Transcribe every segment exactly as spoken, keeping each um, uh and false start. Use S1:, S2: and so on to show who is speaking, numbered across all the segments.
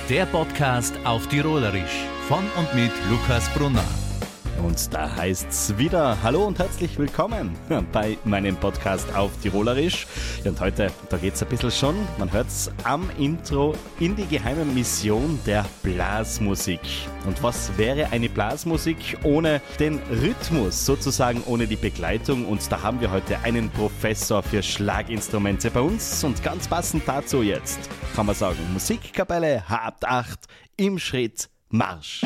S1: Der Podcast auf Tirolerisch von und mit Lukas Brunner.
S2: Und da heißt's wieder Hallo und herzlich willkommen bei meinem Podcast auf Tirolerisch. Und heute, da geht's ein bisschen schon, man hört's am Intro, in die geheime Mission der Blasmusik. Und was wäre eine Blasmusik ohne den Rhythmus, sozusagen ohne die Begleitung? Und da haben wir heute einen Professor für Schlaginstrumente bei uns. Und ganz passend dazu jetzt, kann man sagen, Musikkapelle, habt acht, im Schritt, Marsch!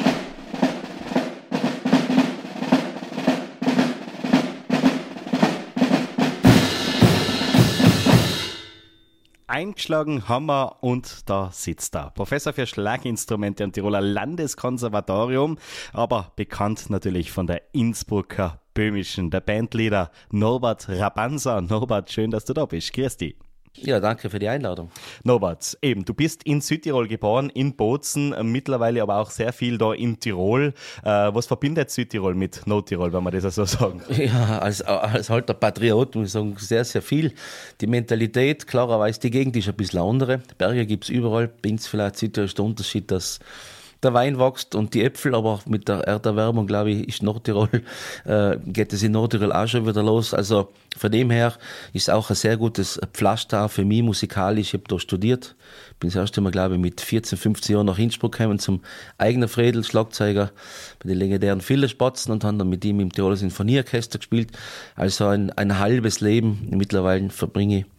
S2: Eingeschlagen haben wir und da sitzt er. Professor für Schlaginstrumente am Tiroler Landeskonservatorium, aber bekannt natürlich von der Innsbrucker Böhmischen, der Bandleader Norbert Rabanza. Norbert, schön, dass du da bist. Grüß dich.
S3: Ja, danke für die Einladung.
S2: Norbert, eben, du bist in Südtirol geboren, in Bozen, mittlerweile aber auch sehr viel da in Tirol. Äh, was verbindet Südtirol mit Nordtirol, wenn man das so sagen?
S3: Ja, als, als alter Patriot muss ich sagen, sehr, sehr viel. Die Mentalität, klarerweise, die Gegend ist ein bisschen andere. Berge gibt es überall. Binz vielleicht Südtirol ist der Unterschied, dass der Wein wächst und die Äpfel, aber mit der Erderwärmung, glaube ich, ist Nordtirol, äh, geht es in Nordtirol auch schon wieder los. Also von dem her ist auch ein sehr gutes Pflaster für mich musikalisch. Ich habe da studiert, bin das erste Mal, glaube ich, mit vierzehn, fünfzehn Jahren nach Innsbruck gekommen zum eigenen Fredel, Schlagzeuger bei den legendären Villerspatzen und haben dann mit ihm im Tiroler Sinfonieorchester gespielt. Also ein, ein halbes Leben mittlerweile verbringe ich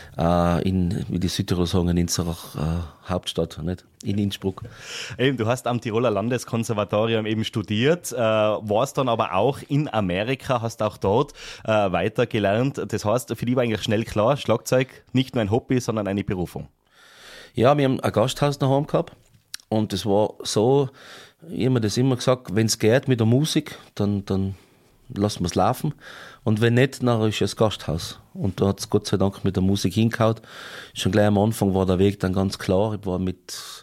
S3: in, wie die Südtiroler sagen, in unserer äh, Hauptstadt, nicht? In Innsbruck.
S2: Eben, du hast am Tiroler Landeskonservatorium eben studiert, äh, warst dann aber auch in Amerika, hast auch dort äh, weiter gelernt. Das heißt, für dich war eigentlich schnell klar, Schlagzeug nicht nur ein Hobby, sondern eine Berufung.
S3: Ja, wir haben ein Gasthaus daheim gehabt und das war so, ich habe mir das immer gesagt, wenn es geht mit der Musik, dann, dann lassen wir es laufen. Und wenn nicht, dann ist es Gasthaus. Und da hat es Gott sei Dank mit der Musik hingehauen. Schon gleich am Anfang war der Weg dann ganz klar. Ich war mit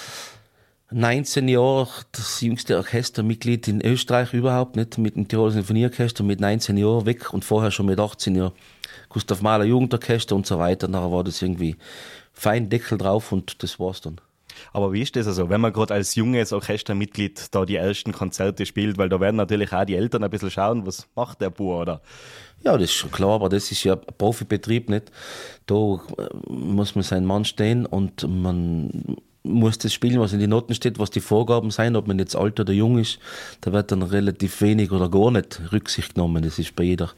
S3: neunzehn Jahren das jüngste Orchestermitglied in Österreich überhaupt, nicht mit dem Tiroler Sinfonieorchester, mit neunzehn Jahren weg und vorher schon mit achtzehn Jahren Gustav Mahler Jugendorchester und so weiter. Nachher war das irgendwie fein Deckel drauf und das war's dann.
S2: Aber wie ist das also, wenn man gerade als junges Orchestermitglied da die ersten Konzerte spielt, weil da werden natürlich auch die Eltern ein bisschen schauen, was macht der Bub, oder?
S3: Ja, das ist schon klar, aber das ist ja ein Profibetrieb, nicht? Da muss man seinen Mann stehen und man muss das spielen, was in den Noten steht, was die Vorgaben sein, ob man jetzt alt oder jung ist, da wird dann relativ wenig oder gar nicht Rücksicht genommen. Das ist bei jeder,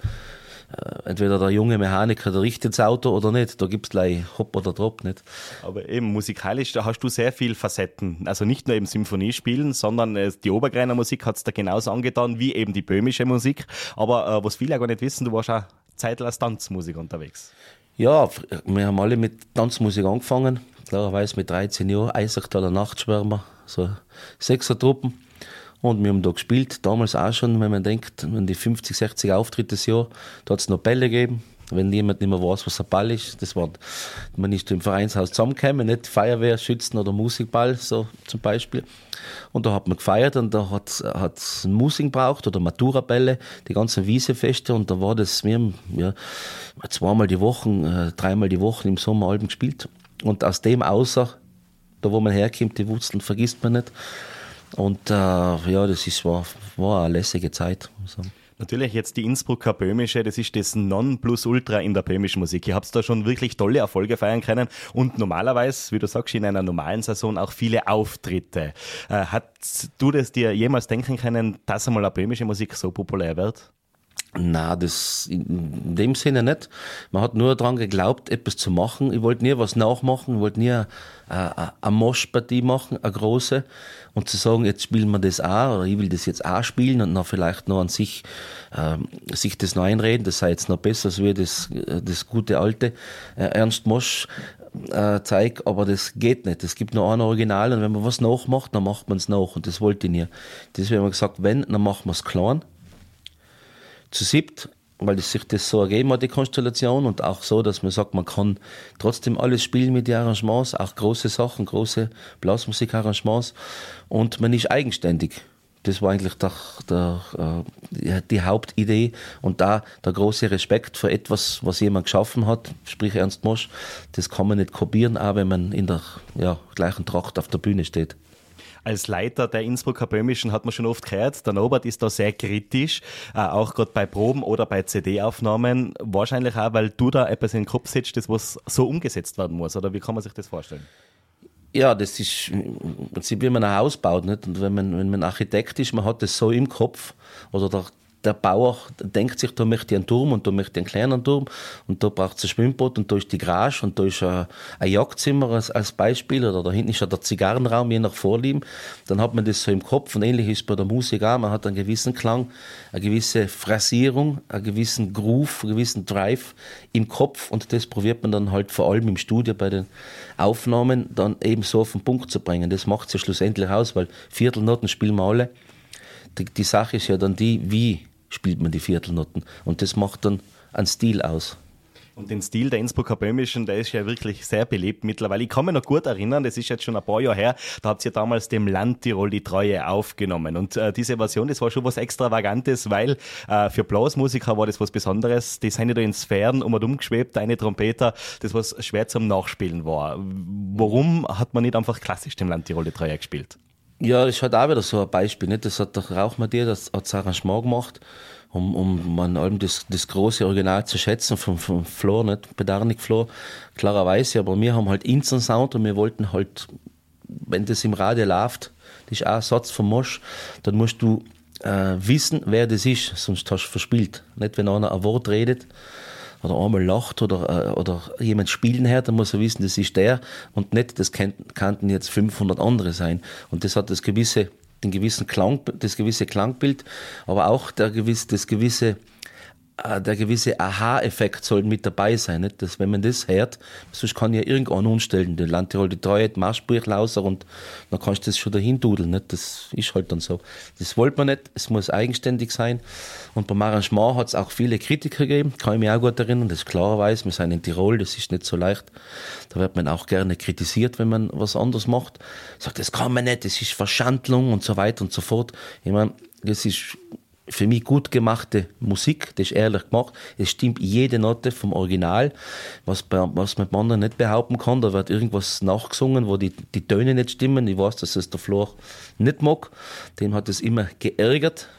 S3: äh, entweder der junge Mechaniker, der richtet das Auto oder nicht, da gibt's gleich Hopp oder Drop, nicht?
S2: Aber eben musikalisch, da hast du sehr viel Facetten, also nicht nur eben Symphonie spielen, sondern äh, die Obergreiner Musik hat's da genauso angetan, wie eben die böhmische Musik, aber äh, was viele auch gar nicht wissen, du warst auch zeitlang als Tanzmusik unterwegs.
S3: Ja, wir haben alle mit Tanzmusik angefangen, klarerweise mit dreizehn Jahren, Eisertaler Nachtschwärmer, so Sechser-Truppen. Und wir haben da gespielt, damals auch schon, wenn man denkt, wenn die fünfzig, sechzig Auftritte das Jahr, da hat es noch Bälle gegeben. Wenn jemand nicht mehr weiß, was ein Ball ist, das war, man ist im Vereinshaus zusammengekommen, nicht Feuerwehr, Schützen oder Musikball, so zum Beispiel. Und da hat man gefeiert und da hat es Musik gebraucht oder Maturabälle, die ganzen Wiesefeste und da war das, wir haben ja, zweimal die Woche, äh, dreimal die Woche im Sommer Alben gespielt. Und aus dem außer, da wo man herkommt, die Wurzeln vergisst man nicht. Und äh, ja, das ist, war, war eine lässige Zeit. So.
S2: Natürlich jetzt die Innsbrucker Böhmische, das ist das Nonplusultra in der böhmischen Musik. Ihr habt da schon wirklich tolle Erfolge feiern können und normalerweise, wie du sagst, in einer normalen Saison auch viele Auftritte. Äh, hast du das dir jemals denken können, dass einmal eine böhmische Musik so populär wird?
S3: Na, das in dem Sinne nicht. Man hat nur daran geglaubt, etwas zu machen. Ich wollte nie was nachmachen, ich wollte nie eine, eine, eine Moschpartie machen, eine große, und zu sagen, jetzt spielen wir das auch, oder ich will das jetzt auch spielen und dann vielleicht noch an sich, äh, sich das noch einreden, das sei jetzt noch besser als wie das, das gute alte äh, Ernst Mosch äh, zeigt, aber das geht nicht. Es gibt nur ein Original und wenn man was nachmacht, dann macht man es nach und das wollte ich nie. Deswegen haben wir gesagt, wenn, dann machen wir es klein. Zu siebt, weil es sich das so ergeben hat, die Konstellation, und auch so, dass man sagt, man kann trotzdem alles spielen mit den Arrangements, auch große Sachen, große Blasmusikarrangements, und man ist eigenständig. Das war eigentlich der, der, äh, die Hauptidee und da der große Respekt für etwas, was jemand geschaffen hat, sprich Ernst Mosch, das kann man nicht kopieren, auch wenn man in der ja, gleichen Tracht auf der Bühne steht.
S2: Als Leiter der Innsbrucker Böhmischen hat man schon oft gehört, der Norbert ist da sehr kritisch, äh, auch gerade bei Proben oder bei C D-Aufnahmen. Wahrscheinlich auch, weil du da etwas in den Kopf setzt, das was so umgesetzt werden muss. Oder wie kann man sich das vorstellen?
S3: Ja, das ist im Prinzip, wie man ein Haus baut. Nicht? Und wenn man, wenn man Architekt ist, man hat das so im Kopf, oder der, der Bauer denkt sich, da möchte ich einen Turm und da möchte ich einen kleinen Turm und da braucht es ein Schwimmbad und da ist die Garage und da ist ein, ein Jagdzimmer als, als Beispiel oder da hinten ist ja der Zigarrenraum, je nach Vorlieben. Dann hat man das so im Kopf und ähnlich ist es bei der Musik auch. Man hat einen gewissen Klang, eine gewisse Phrasierung, einen gewissen Groove, einen gewissen Drive im Kopf und das probiert man dann halt vor allem im Studio bei den Aufnahmen dann eben so auf den Punkt zu bringen. Das macht es ja schlussendlich aus, weil Viertelnoten spielen wir alle. Die, die Sache ist ja dann die, wie spielt man die Viertelnoten. Und das macht dann einen Stil aus.
S2: Und den Stil der Innsbrucker Böhmischen, der ist ja wirklich sehr belebt mittlerweile. Ich kann mich noch gut erinnern, das ist jetzt schon ein paar Jahre her, da habt ihr damals dem Landtirol die Treue aufgenommen. Und äh, diese Version, das war schon was Extravagantes, weil äh, für Blasmusiker war das was Besonderes. Die sind ja da in Sphären um und um geschwebt, eine Trompeter, das was schwer zum Nachspielen war. Warum hat man nicht einfach klassisch dem Landtirol die Treue gespielt?
S3: Ja, das ist halt auch wieder so ein Beispiel. Nicht? Das hat der Rauchmadir, das hat das Arrangement gemacht, um, um man allem das, das große Original zu schätzen vom, vom Flor, nicht Bedarnik Flor, klarerweise. Aber wir haben halt unseren Sound und wir wollten halt, wenn das im Radio läuft, das ist auch ein Satz vom Mosch, dann musst du äh, wissen, wer das ist, sonst hast du verspielt. Nicht, wenn einer ein Wort redet oder einmal lacht oder, oder jemand spielen hört, dann muss er wissen, das ist der und nicht, das könnten jetzt fünfhundert andere sein. Und das hat das gewisse, den gewissen Klang, das gewisse Klangbild, aber auch der gewisse, das gewisse, der gewisse Aha-Effekt soll mit dabei sein, nicht? Dass, wenn man das hört, sonst kann ja irgendeiner umstellen, den Landtirol die Treue, die Marschbuchlauser und dann kannst du das schon dahin dudeln, nicht? Das ist halt dann so. Das wollte man nicht, es muss eigenständig sein und beim Arrangement hat es auch viele Kritiker gegeben, kann ich mich auch gut erinnern, das ist klarerweise, wir sind in Tirol, das ist nicht so leicht, da wird man auch gerne kritisiert, wenn man was anderes macht, sagt, das kann man nicht, das ist Verschandlung und so weiter und so fort. Ich meine, das ist für mich gut gemachte Musik, das ist ehrlich gemacht. Es stimmt jede Note vom Original, was, bei, was man bei anderen nicht behaupten kann. Da wird irgendwas nachgesungen, wo die, die Töne nicht stimmen. Ich weiß, dass es der Flor nicht mag. Dem hat es immer geärgert.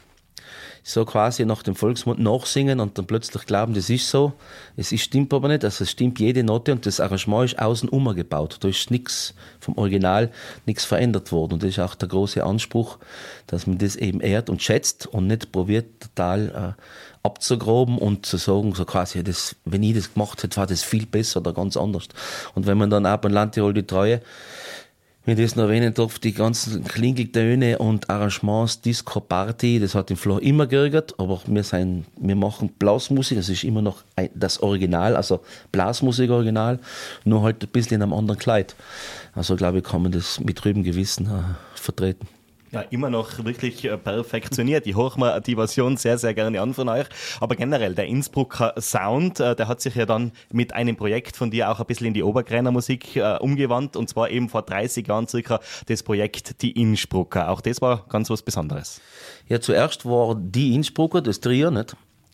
S3: So quasi nach dem Volksmund nachsingen und dann plötzlich glauben, das ist so. Es ist, stimmt aber nicht. Also es stimmt jede Note und das Arrangement ist außen umgebaut. Da ist nichts vom Original, nichts verändert worden. Und das ist auch der große Anspruch, dass man das eben ehrt und schätzt und nicht probiert, total äh, abzugraben und zu sagen, so quasi, das, wenn ich das gemacht hätte, war das viel besser oder ganz anders. Und wenn man dann auch beim Landtirol die Treue, wenn ich das noch erwähnen darf, die ganzen Klingeltöne und Arrangements, Disco, Party, das hat den Flor immer geärgert, aber wir sind, wir machen Blasmusik, das ist immer noch ein, das Original, also Blasmusik-Original, nur halt ein bisschen in einem anderen Kleid. Also glaube ich, kann man das mit trübem Gewissen äh, vertreten.
S2: Ja, immer noch wirklich äh, perfektioniert. Ich höre mir die Version sehr, sehr gerne an von euch. Aber generell, der Innsbrucker Sound, äh, der hat sich ja dann mit einem Projekt von dir auch ein bisschen in die Obergräner Musik äh, umgewandt. Und zwar eben vor dreißig Jahren circa das Projekt Die Innsbrucker. Auch das war ganz was Besonderes.
S3: Ja, zuerst war Die Innsbrucker, das Trio, nicht?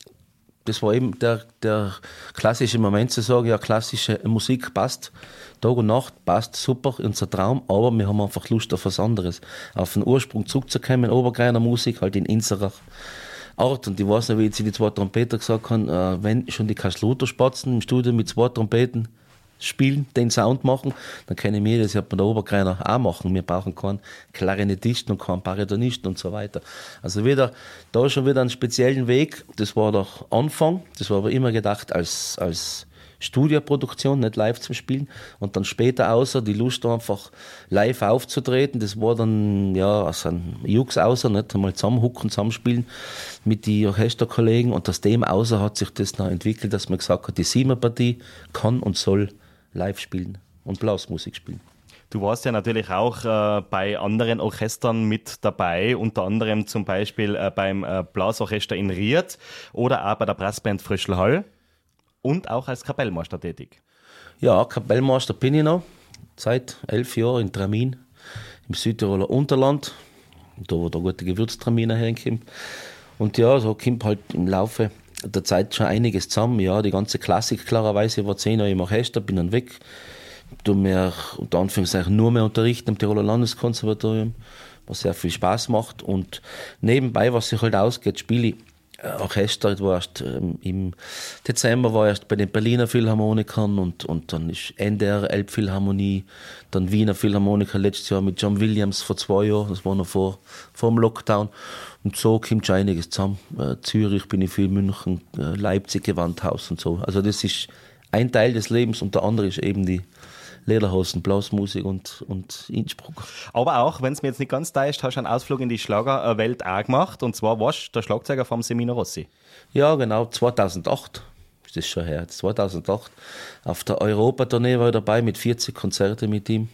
S3: Das war eben der, der klassische Moment zu sagen, ja, klassische Musik passt, Tag und Nacht passt super, unser Traum, aber wir haben einfach Lust auf was anderes, auf den Ursprung zurückzukommen, Obergräner Musik, halt in unserer Art. Und ich weiß noch, wie jetzt die zwei Trompeter gesagt haben, äh, wenn schon die Kasseluter-Spatzen im Studio mit zwei Trompeten spielen, den Sound machen, dann können wir das ja bei der Obergräner auch machen. Wir brauchen keinen Klarinettisten und keinen Baritonisten und so weiter. Also wieder, da schon wieder einen speziellen Weg. Das war der Anfang. Das war aber immer gedacht als, als Studioproduktion, nicht live zum Spielen. Und dann später außer die Lust einfach live aufzutreten. Das war dann, ja, also ein Jux außer, nicht einmal zusammenhucken, zusammenspielen mit den Orchesterkollegen. Und aus dem außer hat sich das noch entwickelt, dass man gesagt hat, die Siebenpartie kann und soll live spielen und Blasmusik spielen.
S2: Du warst ja natürlich auch äh, bei anderen Orchestern mit dabei, unter anderem zum Beispiel äh, beim äh, Blasorchester in Ried oder auch bei der Brassband Fröschelhall und auch als Kapellmeister tätig.
S3: Ja, Kapellmeister bin ich noch, seit elf Jahren in Tramin im Südtiroler Unterland. da wo der gute Gewürztraminer herkommt. Und ja, so kommt halt im Laufe der Zeit schon einiges zusammen. Ja, die ganze Klassik klarerweise, ich war zehn Jahre im Orchester, bin dann weg. Du mehr, unter Anführungszeichen, nur mehr unterrichten am Tiroler Landeskonservatorium, was sehr viel Spaß macht. Und nebenbei, was sich halt ausgeht, spiele ich Orchester. Ich war erst, ähm, im Dezember war ich erst bei den Berliner Philharmonikern und, und dann ist N D R, Elbphilharmonie, dann Wiener Philharmoniker letztes Jahr mit John Williams vor zwei Jahren, das war noch vor, vor dem Lockdown. Und so kommt schon einiges zusammen. Äh, Zürich bin ich viel, München, äh, Leipzig, Gewandhaus und so. Also das ist ein Teil des Lebens und der andere ist eben die Lederhosen, Blasmusik und, und Innsbruck.
S2: Aber auch, wenn es mir jetzt nicht ganz täuscht, hast du einen Ausflug in die Schlagerwelt auch gemacht. Und zwar warst du der Schlagzeuger vom Semino Rossi.
S3: Ja, genau, zweitausendacht ist das schon her. zweitausendacht auf der Europatournee war ich dabei mit vierzig Konzerten mit ihm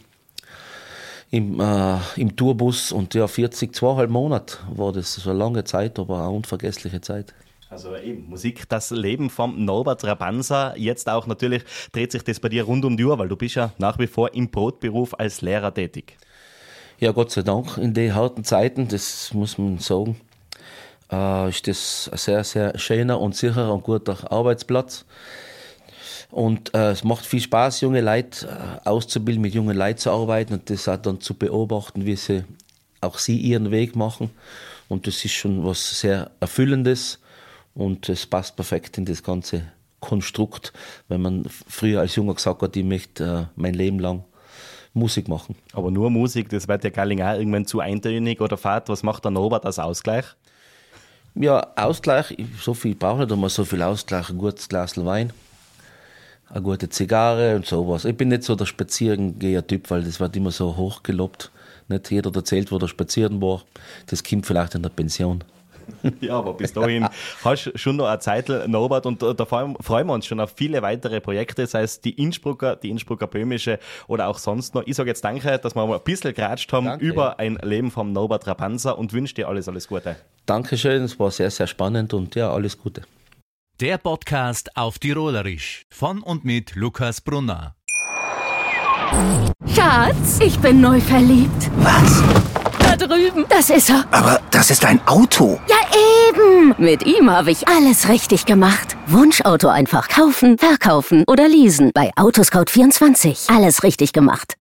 S3: im, äh, im Tourbus. Und ja, vierzig, zweieinhalb Monate war das. So eine lange Zeit, aber eine unvergessliche Zeit.
S2: Also eben, Musik, das Leben vom Norbert Rabanza. Jetzt auch natürlich dreht sich das bei dir rund um die Uhr, weil du bist ja nach wie vor im Brotberuf als Lehrer tätig.
S3: Ja, Gott sei Dank, in den harten Zeiten, das muss man sagen, äh, ist das ein sehr, sehr schöner und sicherer und guter Arbeitsplatz. Und äh, es macht viel Spaß, junge Leute äh, auszubilden, mit jungen Leuten zu arbeiten und das auch dann zu beobachten, wie sie auch sie ihren Weg machen. Und das ist schon was sehr Erfüllendes. Und es passt perfekt in das ganze Konstrukt, wenn man früher als Junger gesagt hat, ich möchte äh, mein Leben lang Musik machen.
S2: Aber nur Musik, das wird ja Galling auch irgendwann zu eintönig oder fad. Was macht der Norbert als Ausgleich?
S3: Ja, Ausgleich, so viel brauche ich nicht einmal so viel Ausgleich. Ein gutes Glas Wein, eine gute Zigarre und sowas. Ich bin nicht so der Spazierengeher-Typ, weil das wird immer so hochgelobt. Nicht jeder erzählt, wo der spazieren war. Das kommt vielleicht in der Pension.
S2: Ja, aber bis dahin hast du schon noch eine Zeit, Norbert, und da freuen wir uns schon auf viele weitere Projekte, sei es die Innsbrucker, die Innsbrucker Böhmische oder auch sonst noch. Ich sage jetzt danke, dass wir mal ein bisschen geratscht haben danke. Über ein Leben vom Norbert Rabanza und wünsche dir alles, alles Gute.
S3: Dankeschön, es war sehr, sehr spannend und ja, alles Gute.
S1: Der Podcast auf Tirolerisch von und mit Lukas Brunner.
S4: Schatz, ich bin neu verliebt.
S5: Was?
S4: Da drüben. Das ist er.
S5: Aber das ist ein Auto.
S4: Ja, eben. Mit ihm habe ich alles richtig gemacht. Wunschauto einfach kaufen, verkaufen oder leasen. Bei Autoscout vierundzwanzig. Alles richtig gemacht.